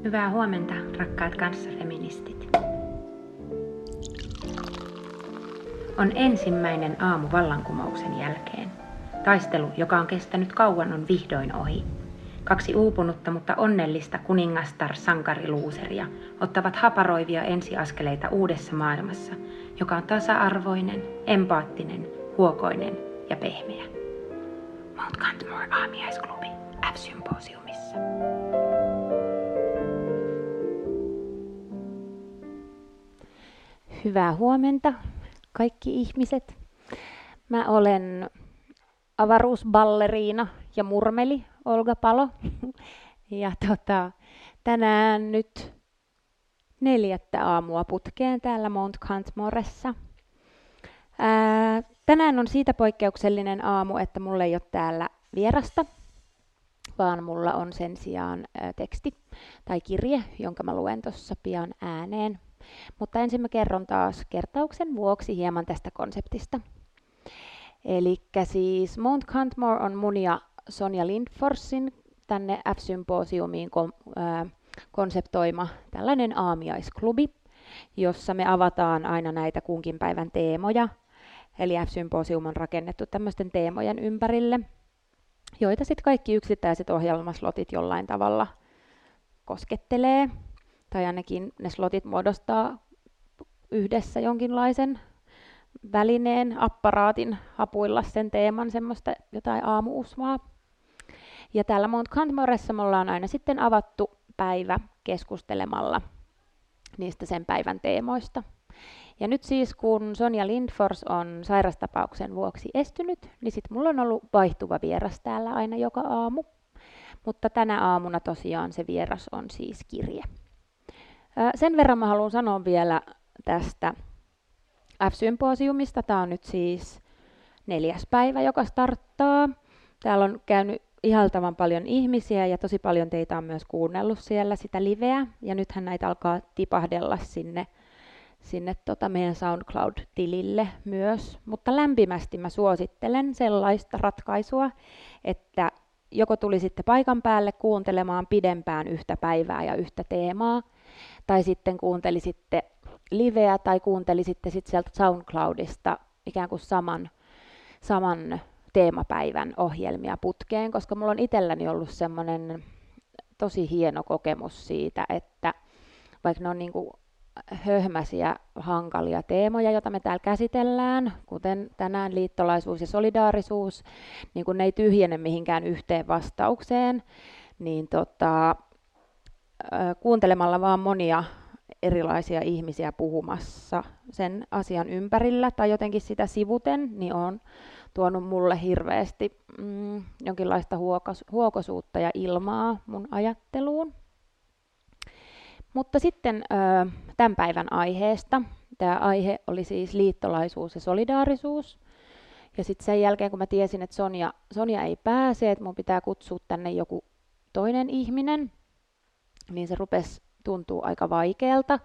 Hyvää huomenta, rakkaat kanssafeministit. On ensimmäinen aamu vallankumouksen jälkeen. Taistelu, joka on kestänyt kauan, on vihdoin ohi. 2 uupunutta, mutta onnellista kuningastar-sankariluuseria ottavat haparoivia ensiaskeleita uudessa maailmassa, joka on tasa-arvoinen, empaattinen, huokoinen ja pehmeä. Mount Cantmore aamiaisklubi F-symposiumissa. Hyvää huomenta, kaikki ihmiset. Mä olen avaruusballeriina ja murmeli Olga Palo. Ja tänään nyt 4. aamua putkeen täällä Mount Cantmoressa. Tänään on siitä poikkeuksellinen aamu, että mulla ei ole täällä vierasta, vaan mulla on sen sijaan teksti tai kirje, jonka mä luen tuossa pian ääneen. Mutta ensin mä kerron taas kertauksen vuoksi hieman tästä konseptista. Elikkä siis Mount Cantmore on mun ja Sonja Lindforsin tänne F-symposiumiin konseptoima tällainen aamiaisklubi, jossa me avataan aina näitä kunkin päivän teemoja. Eli F-symposium on rakennettu tämmöisten teemojen ympärille, joita sitten kaikki yksittäiset ohjelmaslotit jollain tavalla koskettelee. Tai ainakin ne slotit muodostaa yhdessä jonkinlaisen välineen, apparaatin hapuilla sen teeman, semmoista jotain aamuusmaa. Ja täällä Mount Cantmoressa me ollaan aina sitten avattu päivä keskustelemalla niistä sen päivän teemoista. Ja nyt siis kun Sonja Lindfors on sairastapauksen vuoksi estynyt, niin sitten mulla on ollut vaihtuva vieras täällä aina joka aamu. Mutta tänä aamuna tosiaan se vieras on siis kirje. Sen verran mä haluan sanoa vielä tästä F-symposiumista. Tämä on nyt siis 4. päivä, joka starttaa. Täällä on käynyt ihaltavan paljon ihmisiä ja tosi paljon teitä on myös kuunnellut siellä sitä liveä. Ja nythän näitä alkaa tipahdella sinne meidän SoundCloud-tilille myös. Mutta lämpimästi mä suosittelen sellaista ratkaisua, että joko tulisitte paikan päälle kuuntelemaan pidempään yhtä päivää ja yhtä teemaa, tai sitten kuuntelisitte liveä tai kuuntelisitte sitten sieltä SoundCloudista ikään kuin saman teemapäivän ohjelmia putkeen, koska mulla on itselläni ollut semmoinen tosi hieno kokemus siitä, että vaikka ne on niin kuin höhmäisiä, hankalia teemoja, joita me täällä käsitellään, kuten tänään liittolaisuus ja solidaarisuus, niin kun ne ei tyhjene mihinkään yhteen vastaukseen, niin kuuntelemalla vaan monia erilaisia ihmisiä puhumassa sen asian ympärillä tai jotenkin sitä sivuten, niin on tuonut mulle hirveästi jonkinlaista huokosuutta ja ilmaa mun ajatteluun. Mutta sitten tämän päivän aiheesta. Tämä aihe oli siis liittolaisuus ja solidaarisuus. Ja sitten sen jälkeen, kun mä tiesin, että Sonja ei pääse, että mun pitää kutsua tänne joku toinen ihminen, niin se rupesi tuntua aika vaikealta.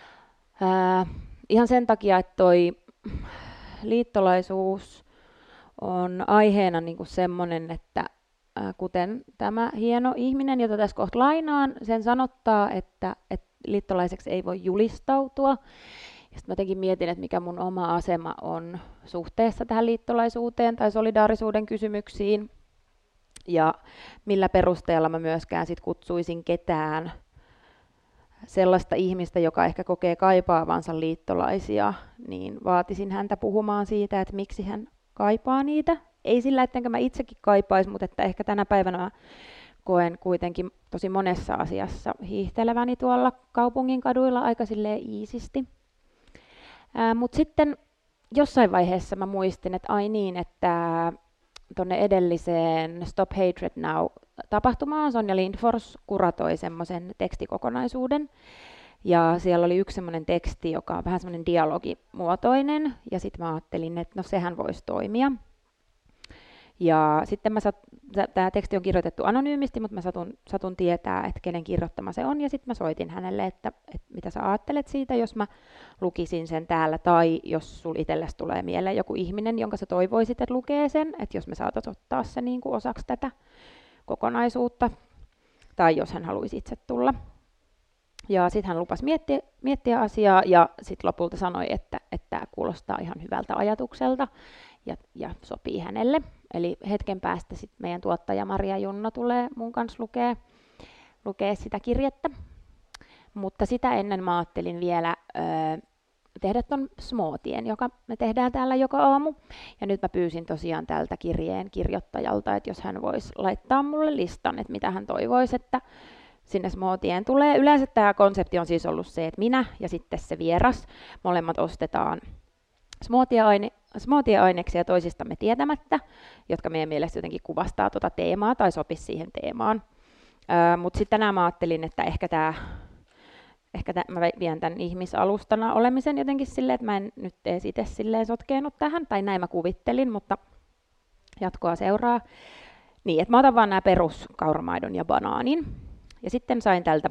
Ihan sen takia, että toi liittolaisuus on aiheena niin kuin semmoinen, että kuten tämä hieno ihminen, jota tässä kohta lainaan, sen sanottaa, että liittolaiseksi ei voi julistautua. Ja sitten mä jotenkin mietin, että mikä mun oma asema on suhteessa tähän liittolaisuuteen tai solidaarisuuden kysymyksiin. Ja millä perusteella mä myöskään sit kutsuisin ketään sellaista ihmistä, joka ehkä kokee kaipaavansa liittolaisia, niin vaatisin häntä puhumaan siitä, että miksi hän kaipaa niitä. Ei sillä, ettenkö mä itsekin kaipaisi, mutta että ehkä tänä päivänä mä koen kuitenkin tosi monessa asiassa hiihteleväni tuolla kaupungin kaduilla aika silleen iisisti. Mutta sitten jossain vaiheessa mä muistin, että ai niin, että tuonne edelliseen Stop Hatred Now-tapahtumaan Sonja Lindfors kuratoi semmoisen tekstikokonaisuuden. Ja siellä oli yksi semmoinen teksti, joka on vähän semmoinen dialogimuotoinen, ja sitten mä ajattelin, että no sehän voisi toimia. Ja sitten tämä teksti on kirjoitettu anonyymisti, mutta mä satun tietää, että kenen kirjoittama se on, ja sitten mä soitin hänelle, että mitä sä ajattelet siitä, jos mä lukisin sen täällä, tai jos sul itsellesi tulee mieleen joku ihminen, jonka sä toivoisit, että lukee sen, että jos me saatat ottaa se niin kuin osaksi tätä kokonaisuutta, tai jos hän haluaisi itse tulla. Ja sitten hän lupasi miettiä asiaa ja sitten lopulta sanoi, että tämä kuulostaa ihan hyvältä ajatukselta ja sopii hänelle. Eli hetken päästä sitten meidän tuottaja Maria Junno tulee mun kanssa lukee sitä kirjettä. Mutta sitä ennen mä ajattelin vielä tehdä ton smoothien, joka me tehdään täällä joka aamu. Ja nyt mä pyysin tosiaan tältä kirjeen kirjoittajalta, että jos hän voisi laittaa mulle listan, että mitä hän toivoisi, että sinne smoothien tulee. Yleensä tämä konsepti on siis ollut se, että minä ja sitten se vieras, molemmat ostetaan smoothie-aineksia toisistamme tietämättä, jotka meidän mielestä jotenkin kuvastaa tuota teemaa tai sopisi siihen teemaan. Mutta sitten tänään mä ajattelin, että ehkä mä vien tämän ihmisalustana olemisen jotenkin silleen, että mä en nyt edes itse silleen sotkeenut tähän, tai näin mä kuvittelin, mutta jatkoa seuraa. Niin, että mä otan vaan nämä peruskauramaidon ja banaanin. Ja sitten sain tältä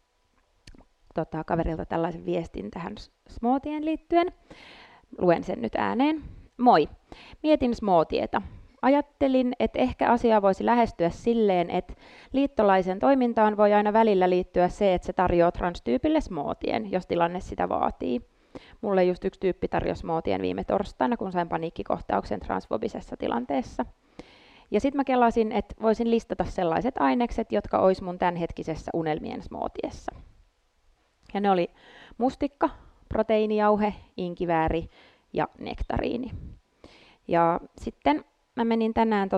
kaverilta tällaisen viestin tähän smoothien liittyen. Luen sen nyt ääneen. Moi, mietin smoothieta. Ajattelin, että ehkä asiaa voisi lähestyä silleen, että liittolaisen toimintaan voi aina välillä liittyä se, että se tarjoaa transtyypille smoothien, jos tilanne sitä vaatii. Mulle just yksi tyyppi tarjosi smoothien viime torstaina, kun sain paniikkikohtauksen transfobisessa tilanteessa. Ja sitten mä kelasin, että voisin listata sellaiset ainekset, jotka olisi mun tämänhetkisessä unelmien smoothiessa. Ja ne oli mustikka, proteiinijauhe, inkivääri ja nektariini. Ja sitten mä menin tänään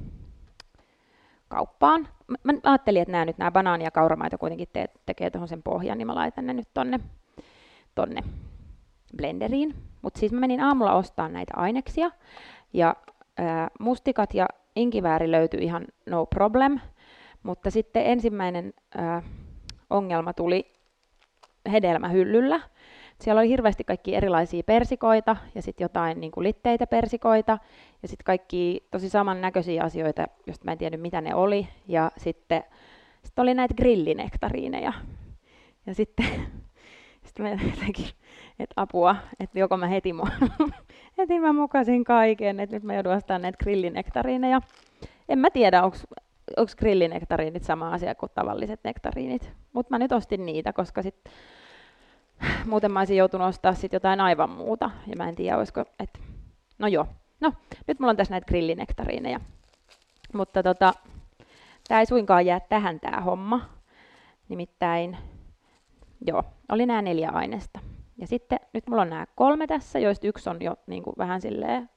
kauppaan. Mä ajattelin, että nämä banaani ja kauramaito kuitenkin tekee tuohon sen pohjan, niin mä laitan ne nyt tonne blenderiin. Mutta siis mä menin aamulla ostamaan näitä aineksia. Ja mustikat ja inkivääri löytyi ihan no problem. Mutta sitten ensimmäinen ongelma tuli hedelmähyllyllä. Siellä oli hirveästi kaikki erilaisia persikoita ja sitten jotain niin kuin litteitä persikoita ja sitten kaikki tosi samannäköisiä asioita, joista mä en tiedä mitä ne oli. Ja sitten oli näitä grillinektariineja. Ja sitten mä jotenkin, että apua, että joko mä heti mä mukasin kaiken, että nyt mä joudun ostamaan näitä grillinektariineja. En mä tiedä, onko grillinektariinit sama asia kuin tavalliset nektariinit, mutta mä nyt ostin niitä, koska sitten muuten mä olisin joutunut ostaa sit jotain aivan muuta, ja mä en tiedä, olisiko, että no joo. No, nyt mulla on tässä näitä grillinektariineja. Mutta tää ei suinkaan jää tähän tää homma. Nimittäin, joo, oli nämä 4 aineesta. Ja sitten nyt mulla on nämä 3 tässä, joista yksi on jo niin kuin vähän silleen,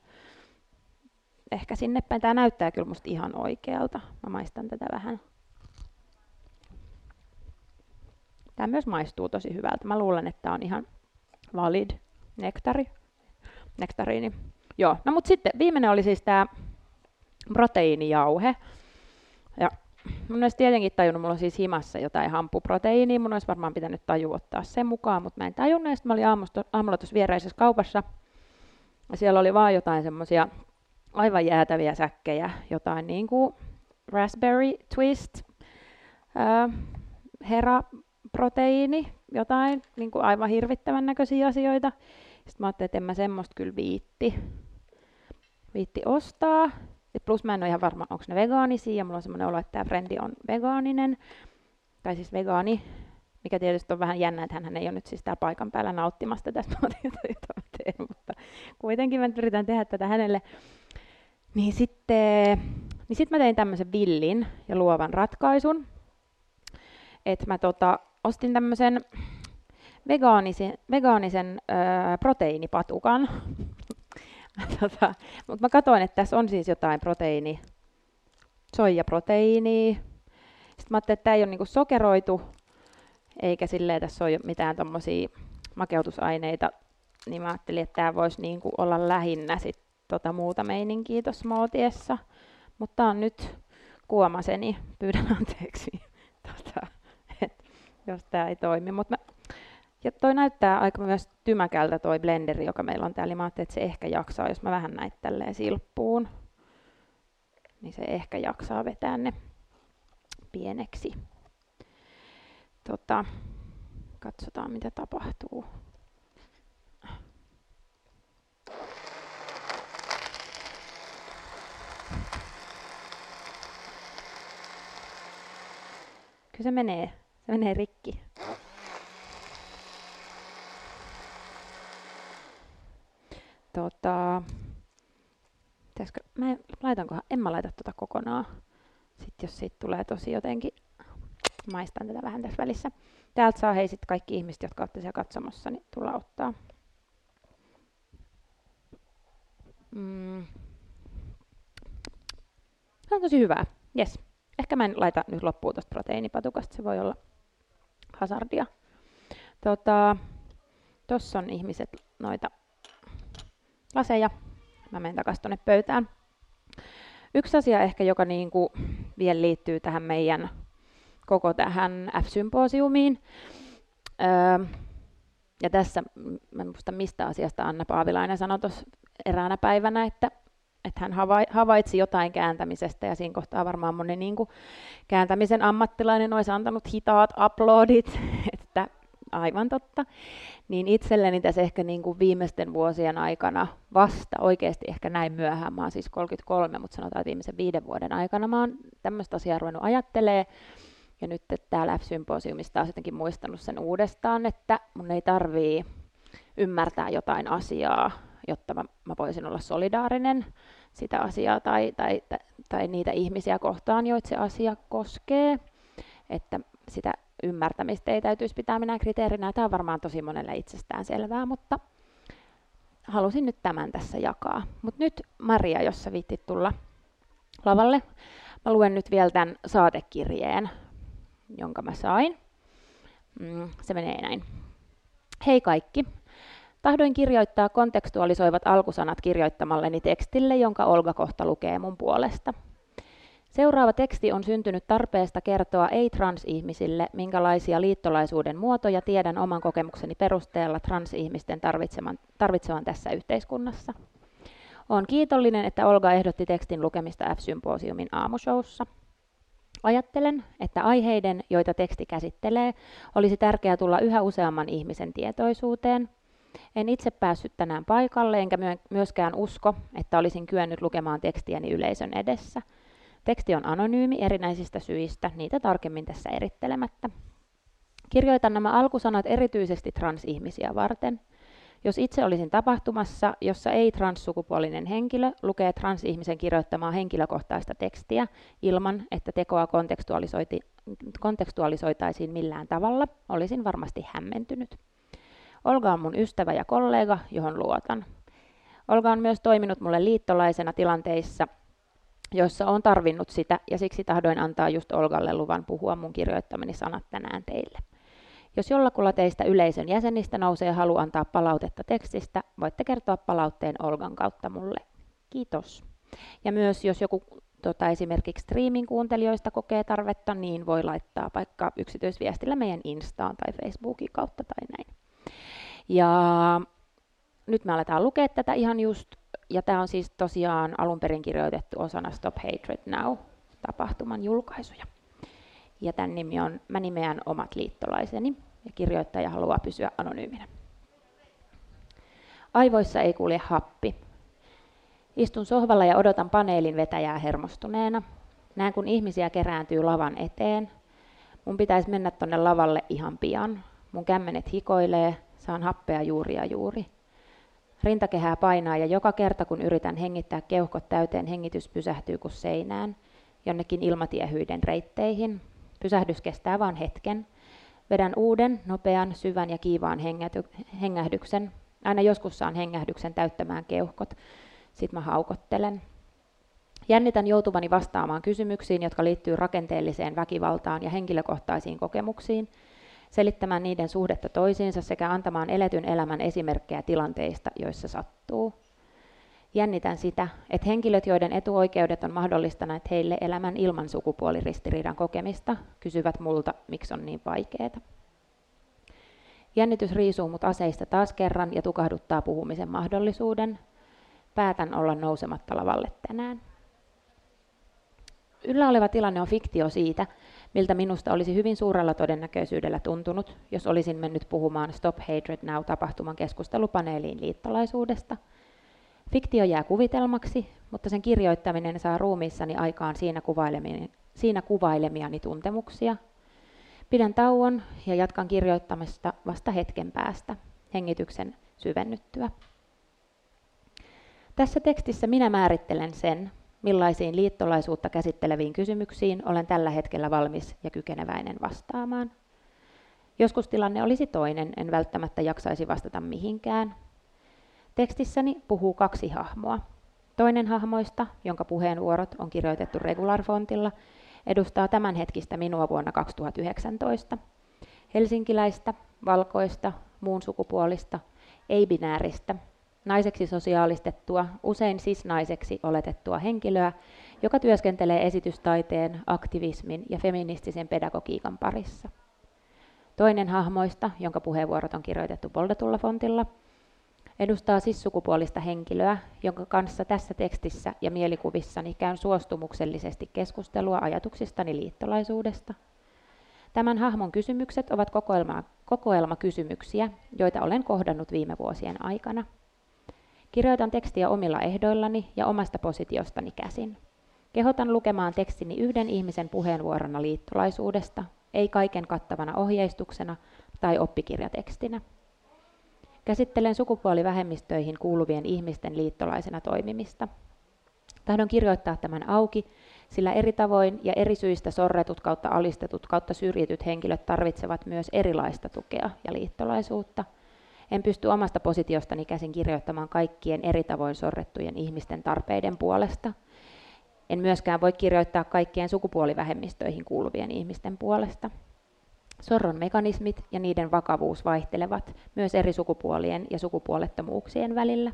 ehkä sinne päin. Tää näyttää kyllä musta ihan oikealta. Mä maistan tätä vähän. Tämä myös maistuu tosi hyvältä. Mä luulen, että tämä on ihan valid nektariini. Joo, no mut sitten viimeinen oli siis tämä proteiinijauhe. Ja mun olisi tietenkin tajunnut, mulla on siis himassa jotain hampuproteiiniä. Mun olisi varmaan pitänyt tajua ottaa sen mukaan, mutta mä en tajunnut. Ja sitten mä olin aamulla tuossa vieraisessa kaupassa. Ja siellä oli vaan jotain semmosia aivan jäätäviä säkkejä. Jotain niinku raspberry twist, hera-proteiini, jotain niin kuin aivan hirvittävän näköisiä asioita. Sitten mä ajattelin, että en mä semmoista kyllä viitti ostaa. Et plus mä en ole ihan varma, onko ne vegaanisia, ja mulla on semmoinen olo, että tämä frendi on vegaaninen, tai siis vegaani, mikä tietysti on vähän jännä, että hän ei ole nyt siis täällä paikan päällä nauttimasta tästä jota mä teen, mutta kuitenkin mä yritän tehdä tätä hänelle. Niin sitten mä tein tämmöisen villin ja luovan ratkaisun, että mä ostin tämmöisen vegaanisen proteiinipatukan. Mutta mä katsoin, että tässä on siis jotain soijaproteiiniä. Sitten mä ajattelin, että tämä ei ole niinku sokeroitu, eikä silleen tässä ole mitään tommosia makeutusaineita. Niin mä ajattelin, että tämä voisi niinku olla lähinnä sit muuta meininkiä tuossa smoothiessa. Mutta tää on nyt kuomaseni, pyydän anteeksi, jos tämä ei toimi. Ja toi näyttää aika myös tymäkältä toi blenderi, joka meillä on täällä. Mä ajattelin, että se ehkä jaksaa, jos mä vähän näitä tälleen silppuun. Niin se ehkä jaksaa vetää ne pieneksi. Katsotaan mitä tapahtuu. Kyllä se menee rikki. Laitankohan, en mä laita tota kokonaan. Sitten jos siitä tulee tosi jotenkin, maistan tätä vähän tässä välissä. Täältä saa hei sit kaikki ihmiset, jotka olette siellä katsomassa, niin tulla ottaa. Se on tosi hyvää. Yes. Ehkä mä en laita nyt loppuun tuosta proteiinipatukasta, se voi olla hazardia. Tossa on ihmiset noita laseja. Mä menen takaisin tuonne pöytään. Yksi asia ehkä, joka niinku vielä liittyy tähän meidän koko tähän F-symposiumiin. Ja tässä, mä en muista mistä asiasta Anna Paavilainen sanoi tuossa eräänä päivänä, että hän havaitsi jotain kääntämisestä, ja siinä kohtaa varmaan moni niinku kääntämisen ammattilainen olisi antanut hitaat uploadit, että aivan totta. Niin itselleni tässä ehkä niinku viimeisten vuosien aikana vasta oikeasti ehkä näin myöhään, mä oon siis 33, mutta sanotaan, että viimeisen 5 vuoden aikana mä oon tämmöistä asiaa ruvennut ajattelemaan. Ja nyt täällä F-symposiumista olen jotenkin muistanut sen uudestaan, että mun ei tarvii ymmärtää jotain asiaa, jotta mä voisin olla solidaarinen sitä asiaa tai niitä ihmisiä kohtaan, joita se asia koskee. Että sitä ymmärtämistä ei täytyisi pitää minä kriteerinä. Tämä on varmaan tosi monelle itsestään selvää, mutta halusin nyt tämän tässä jakaa. Mutta nyt Maria, jos sä viittit tulla lavalle, mä luen nyt vielä tämän saatekirjeen, jonka mä sain. Se menee näin. Hei kaikki. Tahdoin kirjoittaa kontekstualisoivat alkusanat kirjoittamalleni tekstille, jonka Olga kohta lukee mun puolesta. Seuraava teksti on syntynyt tarpeesta kertoa ei-transihmisille, minkälaisia liittolaisuuden muotoja tiedän oman kokemukseni perusteella transihmisten tarvitsevan tässä yhteiskunnassa. Olen kiitollinen, että Olga ehdotti tekstin lukemista F-symposiumin aamushowssa. Ajattelen, että aiheiden, joita teksti käsittelee, olisi tärkeää tulla yhä useamman ihmisen tietoisuuteen. En itse päässyt tänään paikalle, enkä myöskään usko, että olisin kyennyt lukemaan tekstiäni yleisön edessä. Teksti on anonyymi erinäisistä syistä, niitä tarkemmin tässä erittelemättä. Kirjoitan nämä alkusanat erityisesti transihmisiä varten. Jos itse olisin tapahtumassa, jossa ei-transsukupuolinen henkilö lukee transihmisen kirjoittamaa henkilökohtaista tekstiä ilman, että tekoa kontekstualisoitaisiin millään tavalla, olisin varmasti hämmentynyt. Olga on mun ystävä ja kollega, johon luotan. Olga on myös toiminut mulle liittolaisena tilanteissa, joissa olen tarvinnut sitä, ja siksi tahdoin antaa just Olgalle luvan puhua mun kirjoittamani sanat tänään teille. Jos jollakulla teistä yleisön jäsenistä nousee halu antaa palautetta tekstistä, voitte kertoa palautteen Olgan kautta mulle. Kiitos. Ja myös jos joku esimerkiksi streamin kuuntelijoista kokee tarvetta, niin voi laittaa vaikka yksityisviestillä meidän Instaan tai Facebookin kautta tai näin. Ja nyt me aletaan lukea tätä ihan just, ja tämä on siis tosiaan alun perin kirjoitettu osana Stop Hatred Now-tapahtuman julkaisuja. Ja tämän nimi on Mä nimeän omat liittolaiseni, ja kirjoittaja haluaa pysyä anonyyminä. Aivoissa ei kulje happi. Istun sohvalla ja odotan paneelin vetäjää hermostuneena. Näen, kun ihmisiä kerääntyy lavan eteen. Mun pitäisi mennä tonne lavalle ihan pian. Mun kämmenet hikoilee, saan happea juuri ja juuri. Rintakehää painaa ja joka kerta kun yritän hengittää keuhkot täyteen, hengitys pysähtyy kuin seinään, jonnekin ilmatiehyyden reitteihin. Pysähdys kestää vain hetken. Vedän uuden, nopean, syvän ja kiivaan hengähdyksen. Aina joskus saan hengähdyksen täyttämään keuhkot. Sitten mä haukottelen. Jännitän joutuvani vastaamaan kysymyksiin, jotka liittyy rakenteelliseen väkivaltaan ja henkilökohtaisiin kokemuksiin, selittämään niiden suhdetta toisiinsa sekä antamaan eletyn elämän esimerkkejä tilanteista, joissa sattuu. Jännitän sitä, että henkilöt, joiden etuoikeudet on mahdollistaneet heille elämän ilman sukupuoliristiriidan kokemista, kysyvät multa, miksi on niin vaikeaa. Jännitys riisuu mut aseista taas kerran ja tukahduttaa puhumisen mahdollisuuden. Päätän olla nousematta lavalle tänään. Yllä oleva tilanne on fiktio siitä, miltä minusta olisi hyvin suurella todennäköisyydellä tuntunut, jos olisin mennyt puhumaan Stop Hatred Now-tapahtuman keskustelupaneeliin liittolaisuudesta. Fiktio jää kuvitelmaksi, mutta sen kirjoittaminen saa ruumiissani aikaan siinä kuvailemiani tuntemuksia. Pidän tauon ja jatkan kirjoittamista vasta hetken päästä, hengityksen syvennyttyä. Tässä tekstissä minä määrittelen sen, millaisiin liittolaisuutta käsitteleviin kysymyksiin olen tällä hetkellä valmis ja kykeneväinen vastaamaan. Joskus tilanne olisi toinen, en välttämättä jaksaisi vastata mihinkään. Tekstissäni puhuu kaksi hahmoa. Toinen hahmoista, jonka puheenvuorot on kirjoitettu regular-fontilla, edustaa tämänhetkistä minua vuonna 2019. Helsinkiläistä, valkoista, muun sukupuolista, ei-binääristä, naiseksi sosiaalistettua, usein cis-naiseksi oletettua henkilöä, joka työskentelee esitystaiteen, aktivismin ja feministisen pedagogiikan parissa. Toinen hahmoista, jonka puheenvuorot on kirjoitettu boldatulla fontilla, edustaa cis-sukupuolista henkilöä, jonka kanssa tässä tekstissä ja mielikuvissani käyn suostumuksellisesti keskustelua ajatuksistani liittolaisuudesta. Tämän hahmon kysymykset ovat kokoelma kysymyksiä, joita olen kohdannut viime vuosien aikana. Kirjoitan tekstiä omilla ehdoillani ja omasta positiostani käsin. Kehotan lukemaan tekstini yhden ihmisen puheenvuorona liittolaisuudesta, ei kaiken kattavana ohjeistuksena tai oppikirjatekstinä. Käsittelen sukupuolivähemmistöihin kuuluvien ihmisten liittolaisena toimimista. Tahdon kirjoittaa tämän auki, sillä eri tavoin ja eri syistä sorretut kautta alistetut kautta syrjityt henkilöt tarvitsevat myös erilaista tukea ja liittolaisuutta. En pysty omasta positiostani käsin kirjoittamaan kaikkien eri tavoin sorrettujen ihmisten tarpeiden puolesta. En myöskään voi kirjoittaa kaikkien sukupuolivähemmistöihin kuuluvien ihmisten puolesta. Sorron mekanismit ja niiden vakavuus vaihtelevat myös eri sukupuolien ja sukupuolettomuuksien välillä.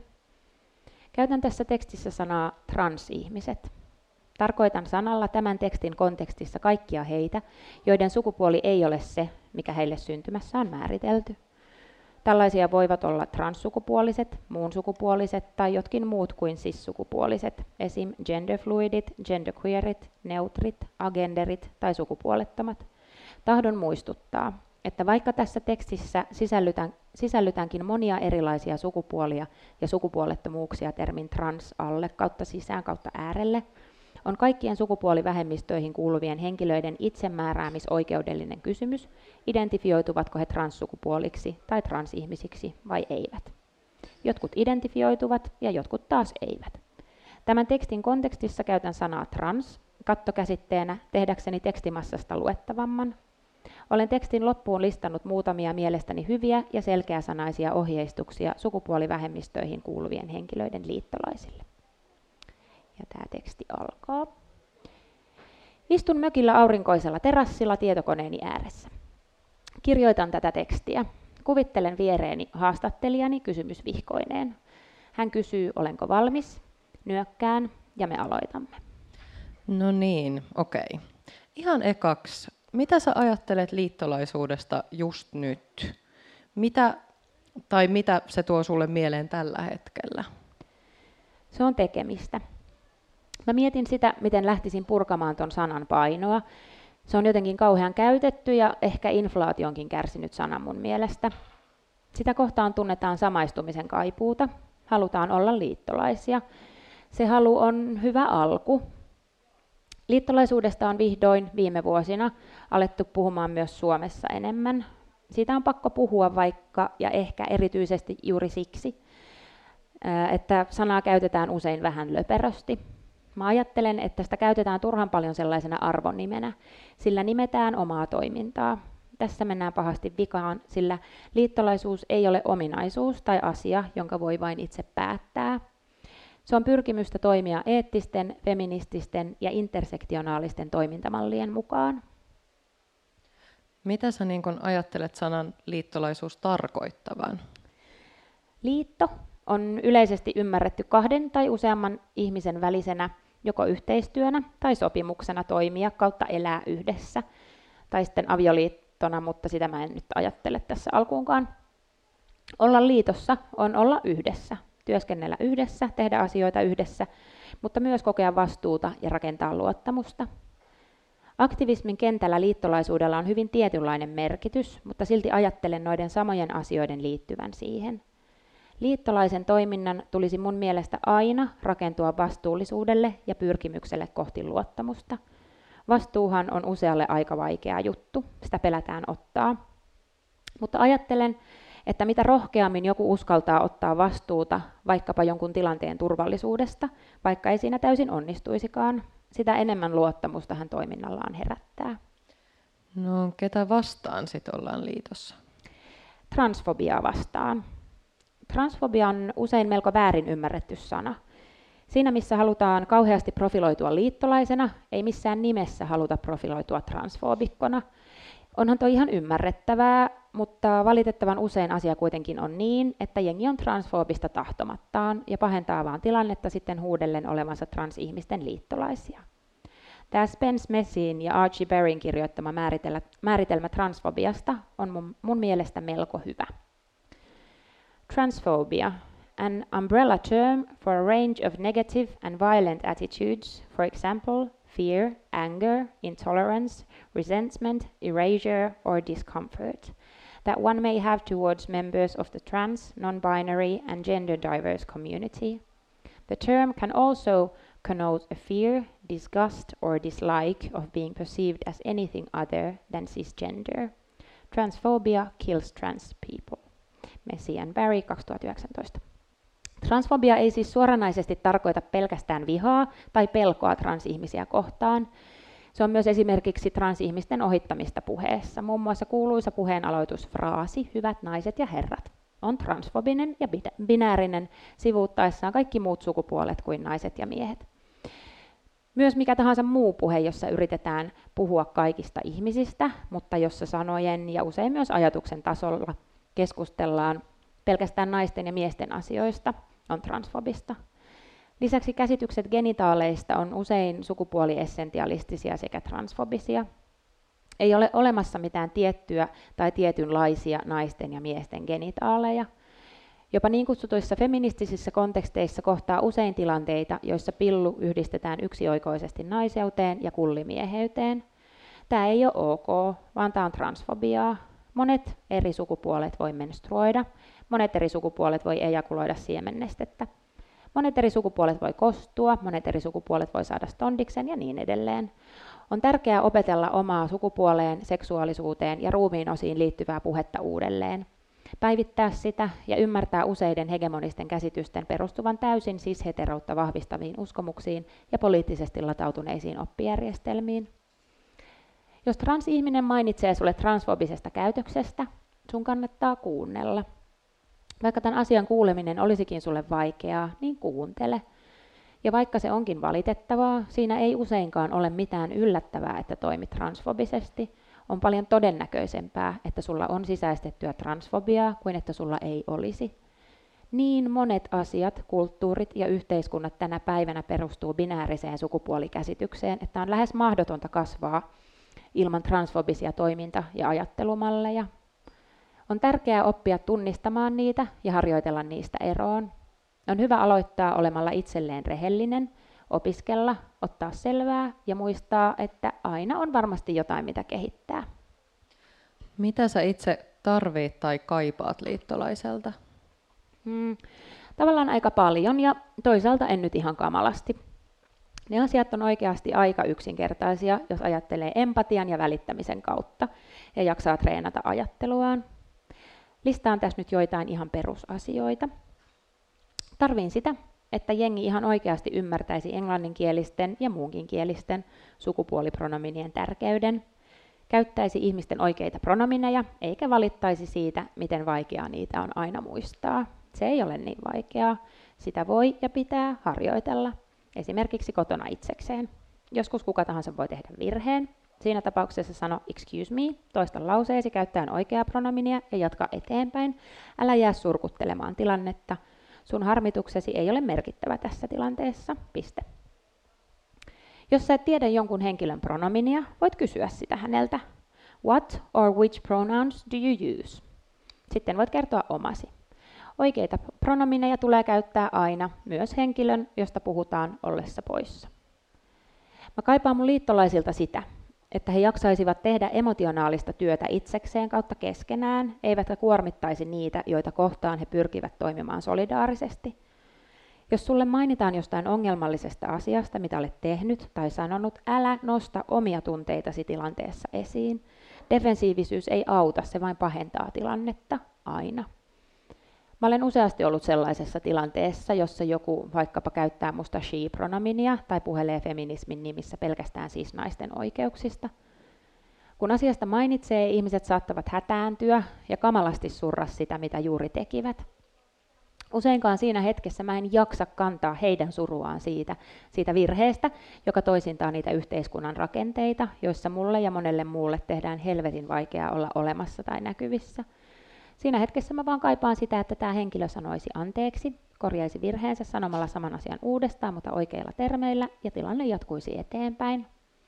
Käytän tässä tekstissä sanaa transihmiset. Tarkoitan sanalla tämän tekstin kontekstissa kaikkia heitä, joiden sukupuoli ei ole se, mikä heille syntymässä on määritelty. Tällaisia voivat olla transsukupuoliset, muunsukupuoliset tai jotkin muut kuin cis-sukupuoliset, esim. Genderfluidit, genderqueerit, neutrit, agenderit tai sukupuolettomat. Tahdon muistuttaa, että vaikka tässä tekstissä sisällytänkin monia erilaisia sukupuolia ja sukupuolettomuuksia termin trans alle kautta sisään kautta äärelle, on kaikkien sukupuolivähemmistöihin kuuluvien henkilöiden itsemääräämisoikeudellinen kysymys, identifioituvatko he transsukupuoliksi tai transihmisiksi vai eivät. Jotkut identifioituvat ja jotkut taas eivät. Tämän tekstin kontekstissa käytän sanaa trans kattokäsitteenä tehdäkseni tekstimassasta luettavamman. Olen tekstin loppuun listannut muutamia mielestäni hyviä ja selkeäsanaisia ohjeistuksia sukupuolivähemmistöihin kuuluvien henkilöiden liittolaisille. Ja tämä teksti alkaa. Istun mökillä aurinkoisella terassilla tietokoneeni ääressä. Kirjoitan tätä tekstiä. Kuvittelen viereeni haastattelijani kysymysvihkoineen. Hän kysyy, olenko valmis, nyökkään ja me aloitamme. No niin, okei. Ihan ekaksi, mitä sä ajattelet liittolaisuudesta just nyt? Mitä se tuo sulle mieleen tällä hetkellä? Se on tekemistä. Mä mietin sitä, miten lähtisin purkamaan ton sanan painoa. Se on jotenkin kauhean käytetty ja ehkä inflaationkin kärsinyt sana mun mielestä. Sitä kohtaan tunnetaan samaistumisen kaipuuta. Halutaan olla liittolaisia. Se halu on hyvä alku. Liittolaisuudesta on vihdoin viime vuosina alettu puhumaan myös Suomessa enemmän. Siitä on pakko puhua vaikka ja ehkä erityisesti juuri siksi, että sanaa käytetään usein vähän löperösti. Mä ajattelen, että sitä käytetään turhan paljon sellaisena arvonimenä, sillä nimetään omaa toimintaa. Tässä mennään pahasti vikaan, sillä liittolaisuus ei ole ominaisuus tai asia, jonka voi vain itse päättää. Se on pyrkimystä toimia eettisten, feminististen ja intersektionaalisten toimintamallien mukaan. Mitä sä niin kun ajattelet sanan liittolaisuus tarkoittavan? Liitto on yleisesti ymmärretty kahden tai useamman ihmisen välisenä joko yhteistyönä tai sopimuksena toimia kautta elää yhdessä, tai sitten avioliittona, mutta sitä mä en nyt ajattele tässä alkuunkaan. Olla liitossa on olla yhdessä, työskennellä yhdessä, tehdä asioita yhdessä, mutta myös kokea vastuuta ja rakentaa luottamusta. Aktivismin kentällä liittolaisuudella on hyvin tietynlainen merkitys, mutta silti ajattelen noiden samojen asioiden liittyvän siihen. Liittolaisen toiminnan tulisi mun mielestä aina rakentua vastuullisuudelle ja pyrkimykselle kohti luottamusta. Vastuuhan on usealle aika vaikea juttu, sitä pelätään ottaa. Mutta ajattelen, että mitä rohkeammin joku uskaltaa ottaa vastuuta vaikkapa jonkun tilanteen turvallisuudesta, vaikka ei siinä täysin onnistuisikaan, sitä enemmän luottamusta hän toiminnallaan herättää. No, ketä vastaan sit ollaan liitossa? Transfobiaa vastaan. Transfobia on usein melko väärin ymmärretty sana. Siinä, missä halutaan kauheasti profiloitua liittolaisena, ei missään nimessä haluta profiloitua transfobikkona. Onhan toi ihan ymmärrettävää, mutta valitettavan usein asia kuitenkin on niin, että jengi on transfobista tahtomattaan ja pahentaa vaan tilannetta sitten huudellen olevansa transihmisten liittolaisia. Tämä Spence Messin ja Archie Berryn kirjoittama määritelmä transfobiasta on mun mielestä melko hyvä. Transphobia, an umbrella term for a range of negative and violent attitudes, for example, fear, anger, intolerance, resentment, erasure, or discomfort, that one may have towards members of the trans, non-binary, and gender-diverse community. The term can also connote a fear, disgust, or dislike of being perceived as anything other than cisgender. Transphobia kills trans people. Messi and Barry 2019. Transfobia ei siis suoranaisesti tarkoita pelkästään vihaa tai pelkoa transihmisiä kohtaan. Se on myös esimerkiksi transihmisten ohittamista puheessa. Muun muassa kuuluisa puheenaloitusfraasi "Hyvät naiset ja herrat" on transfobinen ja binäärinen sivuuttaessaan kaikki muut sukupuolet kuin naiset ja miehet. Myös mikä tahansa muu puhe, jossa yritetään puhua kaikista ihmisistä, mutta jossa sanojen ja usein myös ajatuksen tasolla keskustellaan pelkästään naisten ja miesten asioista, on transfobista. Lisäksi käsitykset genitaaleista on usein sukupuoliessentialistisia sekä transfobisia. Ei ole olemassa mitään tiettyä tai tietynlaisia naisten ja miesten genitaaleja. Jopa niin kutsutuissa feministisissä konteksteissa kohtaa usein tilanteita, joissa pillu yhdistetään yksioikoisesti naiseuteen ja kullimieheyteen. Tämä ei ole ok, vaan tämä on transfobiaa. Monet eri sukupuolet voi menstruoida, monet eri sukupuolet voi ejakuloida siemennestettä. Monet eri sukupuolet voi kostua, monet eri sukupuolet voi saada stondiksen ja niin edelleen. On tärkeää opetella omaa sukupuoleen, seksuaalisuuteen ja ruumiin osiin liittyvää puhetta uudelleen. Päivittää sitä ja ymmärtää useiden hegemonisten käsitysten perustuvan täysin cis-heteroutta vahvistaviin uskomuksiin ja poliittisesti latautuneisiin oppijärjestelmiin. Jos transihminen mainitsee sulle transfobisesta käytöksestä, sun kannattaa kuunnella. Vaikka tämän asian kuuleminen olisikin sulle vaikeaa, niin kuuntele. Ja vaikka se onkin valitettavaa, siinä ei useinkaan ole mitään yllättävää, että toimit transfobisesti. On paljon todennäköisempää, että sulla on sisäistettyä transfobiaa kuin että sulla ei olisi. Niin monet asiat, kulttuurit ja yhteiskunnat tänä päivänä perustuu binääriseen sukupuolikäsitykseen, että on lähes mahdotonta kasvaa ilman transfobisia toiminta- ja ajattelumalleja. On tärkeää oppia tunnistamaan niitä ja harjoitella niistä eroon. On hyvä aloittaa olemalla itselleen rehellinen, opiskella, ottaa selvää ja muistaa, että aina on varmasti jotain, mitä kehittää. Mitä sä itse tarvit tai kaipaat liittolaiselta? Tavallaan aika paljon ja toisaalta en nyt ihan kamalasti. Ne asiat on oikeasti aika yksinkertaisia, jos ajattelee empatian ja välittämisen kautta ja jaksaa treenata ajatteluaan. Listaan tässä nyt joitain ihan perusasioita. Tarviin sitä, että jengi ihan oikeasti ymmärtäisi englanninkielisten ja muunkinkielisten sukupuolipronominien tärkeyden, käyttäisi ihmisten oikeita pronomineja, eikä valittaisi siitä, miten vaikeaa niitä on aina muistaa. Se ei ole niin vaikeaa. Sitä voi ja pitää harjoitella, esimerkiksi kotona itsekseen. Joskus kuka tahansa voi tehdä virheen. Siinä tapauksessa sano excuse me, toista lauseesi käyttäen oikeaa pronominia ja jatka eteenpäin. Älä jää surkuttelemaan tilannetta. Sun harmituksesi ei ole merkittävä tässä tilanteessa. Piste. Jos sä et tiedä jonkun henkilön pronominia, voit kysyä sitä häneltä. What or which pronouns do you use? Sitten voit kertoa omasi. Oikeita pronomineja tulee käyttää aina, myös henkilön, josta puhutaan ollessa poissa. Mä kaipaan mun liittolaisilta sitä, että he jaksaisivat tehdä emotionaalista työtä itsekseen kautta keskenään, eivätkä kuormittaisi niitä, joita kohtaan he pyrkivät toimimaan solidaarisesti. Jos sulle mainitaan jostain ongelmallisesta asiasta, mitä olet tehnyt tai sanonut, älä nosta omia tunteitasi tilanteessa esiin. Defensiivisyys ei auta, se vain pahentaa tilannetta aina. Mä olen useasti ollut sellaisessa tilanteessa, jossa joku vaikkapa käyttää musta she-pronominia tai puhelee feminismin nimissä pelkästään siis naisten oikeuksista. Kun asiasta mainitsee, ihmiset saattavat hätääntyä ja kamalasti surra sitä, mitä juuri tekivät. Useinkaan siinä hetkessä mä en jaksa kantaa heidän suruaan siitä virheestä, joka toisintaa niitä yhteiskunnan rakenteita, joissa mulle ja monelle muulle tehdään helvetin vaikeaa olla olemassa tai näkyvissä. Siinä hetkessä mä vaan kaipaan sitä, että tämä henkilö sanoisi anteeksi, korjaisi virheensä sanomalla saman asian uudestaan, mutta oikeilla termeillä, ja tilanne jatkuisi eteenpäin.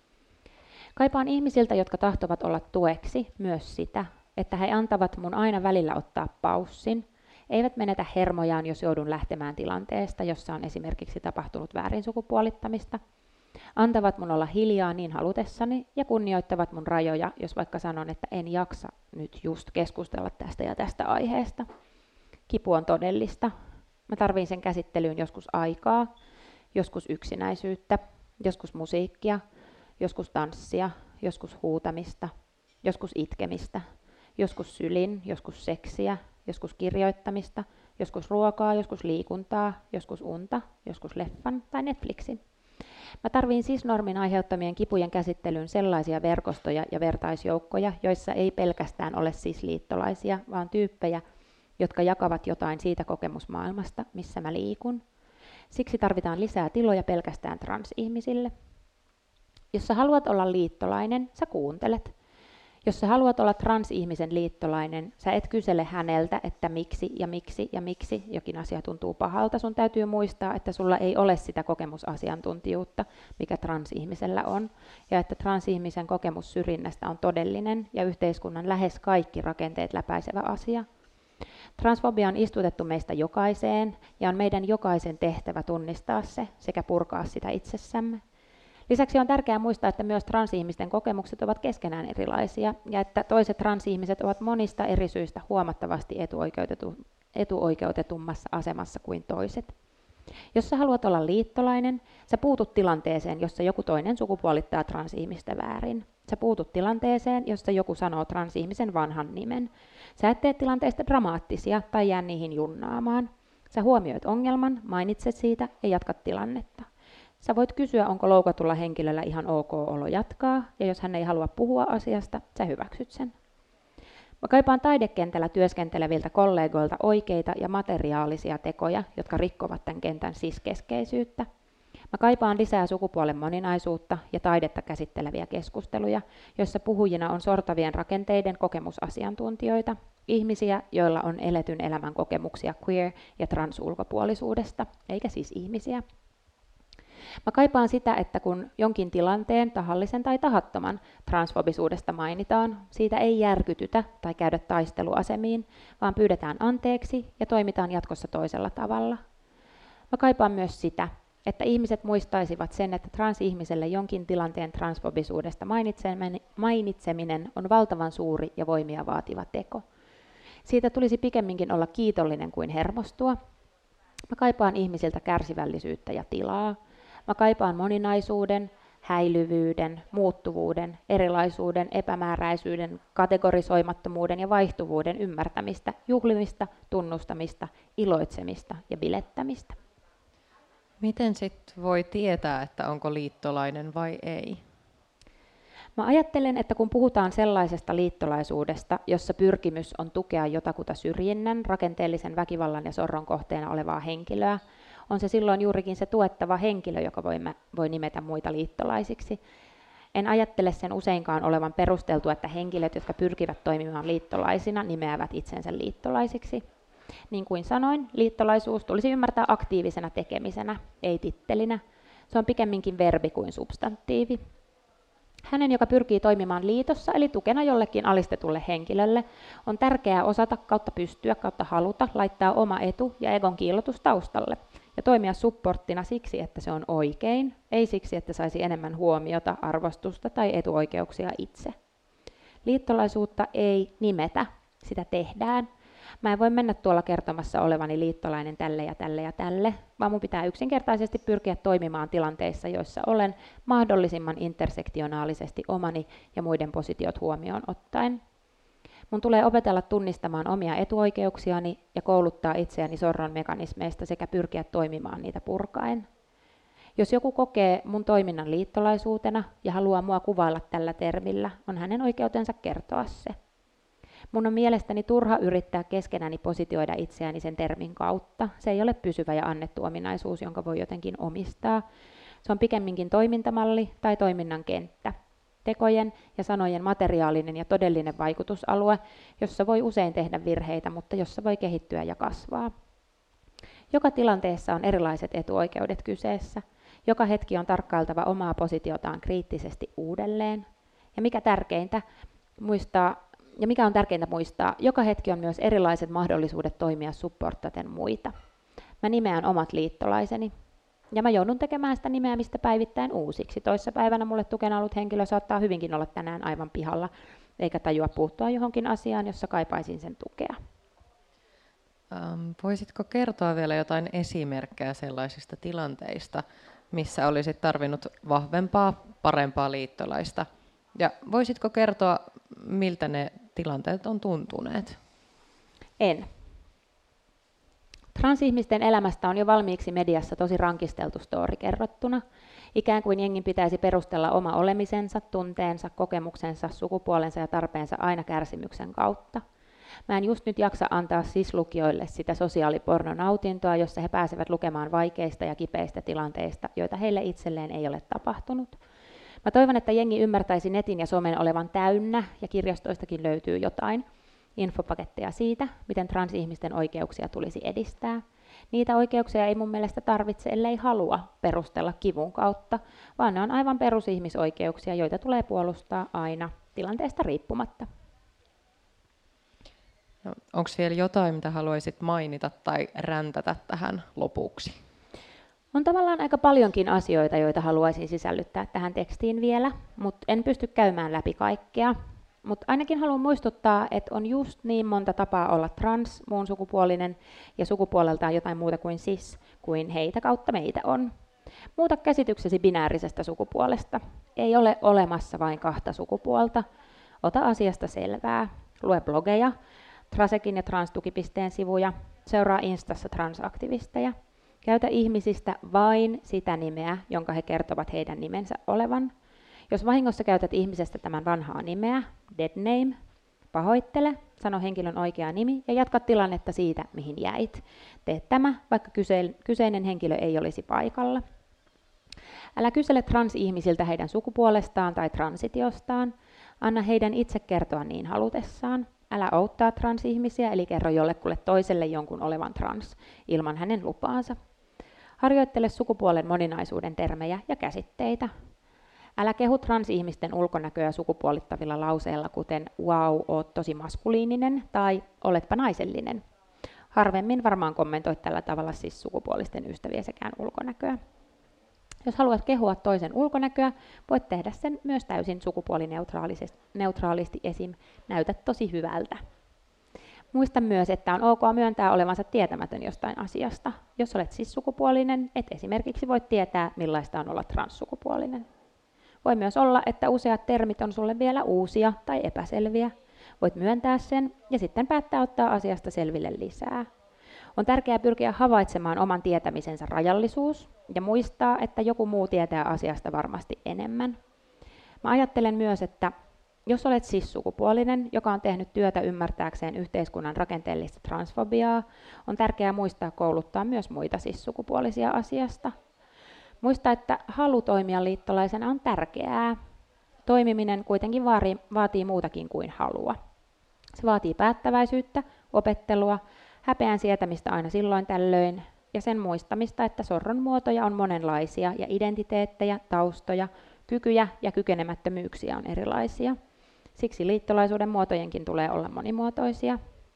Kaipaan ihmisiltä, jotka tahtovat olla tueksi, myös sitä, että he antavat mun aina välillä ottaa paussin, eivät menetä hermojaan, jos joudun lähtemään tilanteesta, jossa on esimerkiksi tapahtunut väärin sukupuolittamista, antavat mun olla hiljaa niin halutessani ja kunnioittavat mun rajoja, jos vaikka sanon, että en jaksa nyt just keskustella tästä ja tästä aiheesta. Kipu on todellista. Mä tarviin sen käsittelyyn joskus aikaa, joskus yksinäisyyttä, joskus musiikkia, joskus tanssia, joskus huutamista, joskus itkemistä, joskus sylin, joskus seksiä, joskus kirjoittamista, joskus ruokaa, joskus liikuntaa, joskus unta, joskus leffan tai Netflixin. Mä tarviin cis-normin aiheuttamien kipujen käsittelyyn sellaisia verkostoja ja vertaisjoukkoja, joissa ei pelkästään ole cis-liittolaisia, vaan tyyppejä, jotka jakavat jotain siitä kokemusmaailmasta, missä mä liikun. Siksi tarvitaan lisää tiloja pelkästään transihmisille. Jos sä haluat olla liittolainen, sä kuuntelet. Jos sä haluat olla transihmisen liittolainen, sä et kysele häneltä, että miksi jokin asia tuntuu pahalta. Sun täytyy muistaa, että sulla ei ole sitä kokemusasiantuntijuutta, mikä transihmisellä on, ja että transihmisen kokemus syrjinnästä on todellinen ja yhteiskunnan lähes kaikki rakenteet läpäisevä asia. Transfobia on istutettu meistä jokaiseen, ja on meidän jokaisen tehtävä tunnistaa se sekä purkaa sitä itsessämme. Lisäksi on tärkeää muistaa, että myös transihmisten kokemukset ovat keskenään erilaisia ja että toiset transihmiset ovat monista eri syistä huomattavasti etuoikeutetummassa asemassa kuin toiset. Jos sä haluat olla liittolainen, sä puutut tilanteeseen, jossa joku toinen sukupuolittaa transihmistä väärin. Sä puutut tilanteeseen, jossa joku sanoo transihmisen vanhan nimen. Sä et tee tilanteista dramaattisia tai jää niihin junnaamaan. Sä huomioit ongelman, mainitset siitä ja jatkat tilannetta. Sä voit kysyä, onko loukatulla henkilöllä ihan ok olo jatkaa, ja jos hän ei halua puhua asiasta, sä hyväksyt sen. Mä kaipaan taidekentällä työskenteleviltä kollegoilta oikeita ja materiaalisia tekoja, jotka rikkovat tämän kentän cis-keskeisyyttä. Mä kaipaan lisää sukupuolen moninaisuutta ja taidetta käsitteleviä keskusteluja, joissa puhujina on sortavien rakenteiden kokemusasiantuntijoita, ihmisiä, joilla on eletyn elämän kokemuksia queer- ja transulkopuolisuudesta, eikä siis ihmisiä. Mä kaipaan sitä, että kun jonkin tilanteen, tahallisen tai tahattoman, transfobisuudesta mainitaan, siitä ei järkytytä tai käydä taisteluasemiin, vaan pyydetään anteeksi ja toimitaan jatkossa toisella tavalla. Mä kaipaan myös sitä, että ihmiset muistaisivat sen, että transihmiselle jonkin tilanteen transfobisuudesta mainitseminen on valtavan suuri ja voimia vaativa teko. Siitä tulisi pikemminkin olla kiitollinen kuin hermostua. Mä kaipaan ihmisiltä kärsivällisyyttä ja tilaa. Mä kaipaan moninaisuuden, häilyvyyden, muuttuvuuden, erilaisuuden, epämääräisyyden, kategorisoimattomuuden ja vaihtuvuuden ymmärtämistä, juhlimista, tunnustamista, iloitsemista ja bilettämistä. Miten sitten voi tietää, että onko liittolainen vai ei? Mä ajattelen, että kun puhutaan sellaisesta liittolaisuudesta, jossa pyrkimys on tukea jotakuta syrjinnän, rakenteellisen väkivallan ja sorron kohteena olevaa henkilöä, on se silloin juurikin se tuettava henkilö, joka voi nimetä muita liittolaisiksi. En ajattele sen useinkaan olevan perusteltua, että henkilöt, jotka pyrkivät toimimaan liittolaisina, nimeävät itsensä liittolaisiksi. Niin kuin sanoin, liittolaisuus tulisi ymmärtää aktiivisena tekemisenä, ei tittelinä. Se on pikemminkin verbi kuin substantiivi. Hänen, joka pyrkii toimimaan liitossa, eli tukena jollekin alistetulle henkilölle, on tärkeää osata kautta pystyä kautta haluta laittaa oma etu ja egon kiillotus taustalle ja toimia supporttina siksi, että se on oikein, ei siksi, että saisi enemmän huomiota, arvostusta tai etuoikeuksia itse. Liittolaisuutta ei nimetä, sitä tehdään. Mä en voi mennä tuolla kertomassa olevani liittolainen tälle ja tälle ja tälle, vaan mun pitää yksinkertaisesti pyrkiä toimimaan tilanteissa, joissa olen mahdollisimman intersektionaalisesti omani ja muiden positiot huomioon ottaen. Mun tulee opetella tunnistamaan omia etuoikeuksiani ja kouluttaa itseäni sorron mekanismeista sekä pyrkiä toimimaan niitä purkaen. Jos joku kokee mun toiminnan liittolaisuutena ja haluaa mua kuvailla tällä termillä, on hänen oikeutensa kertoa se. Mun on mielestäni turha yrittää keskenäni positioida itseäni sen termin kautta. Se ei ole pysyvä ja annettu ominaisuus, jonka voi jotenkin omistaa. Se on pikemminkin toimintamalli tai toiminnan kenttä. Tekojen ja sanojen materiaalinen ja todellinen vaikutusalue, jossa voi usein tehdä virheitä, mutta jossa voi kehittyä ja kasvaa. Joka tilanteessa on erilaiset etuoikeudet kyseessä. Joka hetki on tarkkailtava omaa positiotaan kriittisesti uudelleen. Ja mikä on tärkeintä muistaa, joka hetki on myös erilaiset mahdollisuudet toimia supportaten muita. Mä nimeän omat liittolaiseni. Ja mä joudun tekemään sitä nimeämistä päivittäin uusiksi. Toissapäivänä mulle tukena ollut henkilö saattaa hyvinkin olla tänään aivan pihalla, eikä tajua puuttua johonkin asiaan, jossa kaipaisin sen tukea. Voisitko kertoa vielä jotain esimerkkejä sellaisista tilanteista, missä olisit tarvinnut vahvempaa, parempaa liittolaista? Ja voisitko kertoa, miltä ne tilanteet on tuntuneet? En. Transihmisten elämästä on jo valmiiksi mediassa tosi rankisteltu story kerrottuna. Ikään kuin jengin pitäisi perustella oma olemisensa, tunteensa, kokemuksensa, sukupuolensa ja tarpeensa aina kärsimyksen kautta. Mä en just nyt jaksa antaa sislukijoille sitä sosiaalipornonautintoa, jossa he pääsevät lukemaan vaikeista ja kipeistä tilanteista, joita heille itselleen ei ole tapahtunut. Mä toivon, että jengi ymmärtäisi netin ja somen olevan täynnä, ja kirjastoistakin löytyy jotain infopaketteja siitä, miten transihmisten oikeuksia tulisi edistää. Niitä oikeuksia ei mun mielestä tarvitse, ellei halua perustella kivun kautta, vaan ne on aivan perusihmisoikeuksia, joita tulee puolustaa aina tilanteesta riippumatta. No, onko vielä jotain, mitä haluaisit mainita tai räntätä tähän lopuksi? On tavallaan aika paljonkin asioita, joita haluaisin sisällyttää tähän tekstiin vielä, mutta en pysty käymään läpi kaikkea. Mutta ainakin haluan muistuttaa, että on just niin monta tapaa olla trans, muun sukupuolinen ja sukupuoleltaan jotain muuta kuin cis, kuin heitä kautta meitä on. Muuta käsityksesi binäärisestä sukupuolesta. Ei ole olemassa vain kahta sukupuolta. Ota asiasta selvää. Lue blogeja, Trasekin ja Trans-tukipisteen sivuja. Seuraa Instassa transaktivisteja. Käytä ihmisistä vain sitä nimeä, jonka he kertovat heidän nimensä olevan. Jos vahingossa käytät ihmisestä tämän vanhaa nimeä, dead name, pahoittele, sano henkilön oikea nimi ja jatka tilannetta siitä, mihin jäit. Tee tämä, vaikka kyseinen henkilö ei olisi paikalla. Älä kysele transihmisiltä heidän sukupuolestaan tai transitiostaan. Anna heidän itse kertoa niin halutessaan. Älä outtaa transihmisiä, eli kerro jollekulle toiselle jonkun olevan trans, ilman hänen lupaansa. Harjoittele sukupuolen moninaisuuden termejä ja käsitteitä. Älä kehu transihmisten ulkonäköä sukupuolittavilla lauseilla, kuten wow, oot tosi maskuliininen tai oletpa naisellinen. Harvemmin varmaan kommentoit tällä tavalla siis sukupuolisten ystäviesekään ulkonäköä. Jos haluat kehua toisen ulkonäköä, voit tehdä sen myös täysin sukupuolineutraalisti esim. Näytät tosi hyvältä. Muista myös, että on ok myöntää olevansa tietämätön jostain asiasta. Jos olet cis-sukupuolinen, et esimerkiksi voi tietää, millaista on olla transsukupuolinen. Voi myös olla, että useat termit on sulle vielä uusia tai epäselviä. Voit myöntää sen ja sitten päättää ottaa asiasta selville lisää. On tärkeää pyrkiä havaitsemaan oman tietämisensä rajallisuus ja muistaa, että joku muu tietää asiasta varmasti enemmän. Mä ajattelen myös, että jos olet cis-sukupuolinen, joka on tehnyt työtä ymmärtääkseen yhteiskunnan rakenteellista transfobiaa, on tärkeää muistaa kouluttaa myös muita cis-sukupuolisia asiasta. Muista, että halu toimia liittolaisena on tärkeää. Toimiminen kuitenkin vaatii muutakin kuin halua. Se vaatii päättäväisyyttä, opettelua, häpeän sietämistä aina silloin tällöin ja sen muistamista, että sorron muotoja on monenlaisia ja identiteettejä, taustoja, kykyjä ja kykenemättömyyksiä on erilaisia. Siksi liittolaisuuden muotojenkin tulee olla monimuotoisia.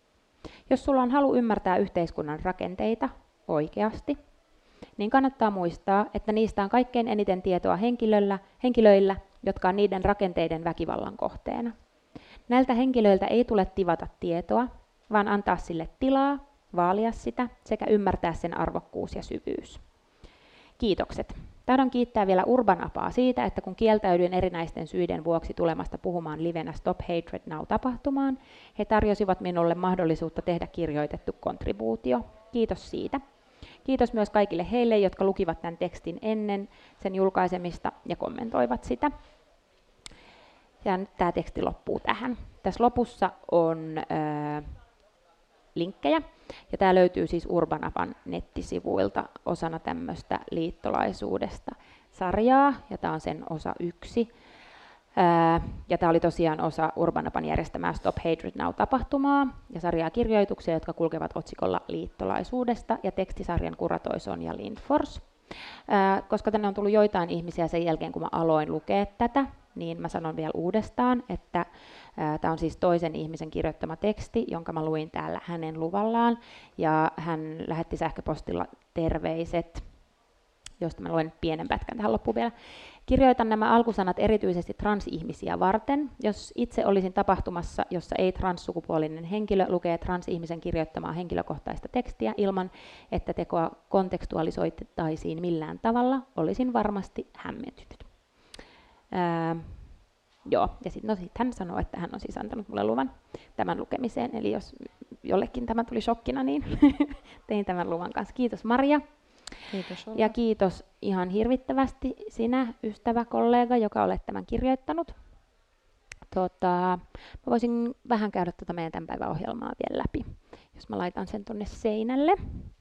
Jos sulla on halu ymmärtää yhteiskunnan rakenteita oikeasti, niin kannattaa muistaa, että niistä on kaikkein eniten tietoa henkilöillä, jotka on niiden rakenteiden väkivallan kohteena. Näiltä henkilöiltä ei tule tivata tietoa, vaan antaa sille tilaa, vaalia sitä sekä ymmärtää sen arvokkuus ja syvyys. Kiitokset. Tahdon kiittää vielä Urbanapaa siitä, että kun kieltäydyin erinäisten syiden vuoksi tulemasta puhumaan livenä Stop Hatred Now-tapahtumaan, he tarjosivat minulle mahdollisuutta tehdä kirjoitettu kontribuutio. Kiitos siitä. Kiitos myös kaikille heille, jotka lukivat tämän tekstin ennen sen julkaisemista ja kommentoivat sitä. Ja nyt tämä teksti loppuu tähän. Tässä lopussa on linkkejä, ja tämä löytyy siis Urbanapan nettisivuilta osana tämmöistä liittolaisuudesta sarjaa, ja tämä on sen osa 1. Ja tämä oli tosiaan osa Urbanapan järjestämää Stop Hatred Now-tapahtumaa ja sarjaa kirjoituksia, jotka kulkevat otsikolla liittolaisuudesta, ja tekstisarjan kuratoi Sonja Lindfors. Koska tänne on tullut joitain ihmisiä sen jälkeen, kun mä aloin lukea tätä, niin mä sanon vielä uudestaan, että tämä on siis toisen ihmisen kirjoittama teksti, jonka mä luin täällä hänen luvallaan, ja hän lähetti sähköpostilla terveiset, josta mä luen pienen pätkän tähän loppuun vielä. Kirjoitan nämä alkusanat erityisesti transihmisiä varten. Jos itse olisin tapahtumassa, jossa ei-transsukupuolinen henkilö lukee transihmisen kirjoittamaa henkilökohtaista tekstiä ilman, että tekoa kontekstualisoitaisiin millään tavalla, olisin varmasti hämmentynyt. Joo, ja sitten hän sanoo, että hän on siis antanut mulle luvan tämän lukemiseen, eli jos jollekin tämä tuli shokkina, niin tein tämän luvan kanssa. Kiitos Maria. Kiitos Olla. Ja kiitos ihan hirvittävästi sinä, ystävä, kollega, joka olet tämän kirjoittanut. Mä voisin vähän käydä meidän tämän päivän ohjelmaa vielä läpi, jos mä laitan sen tuonne seinälle.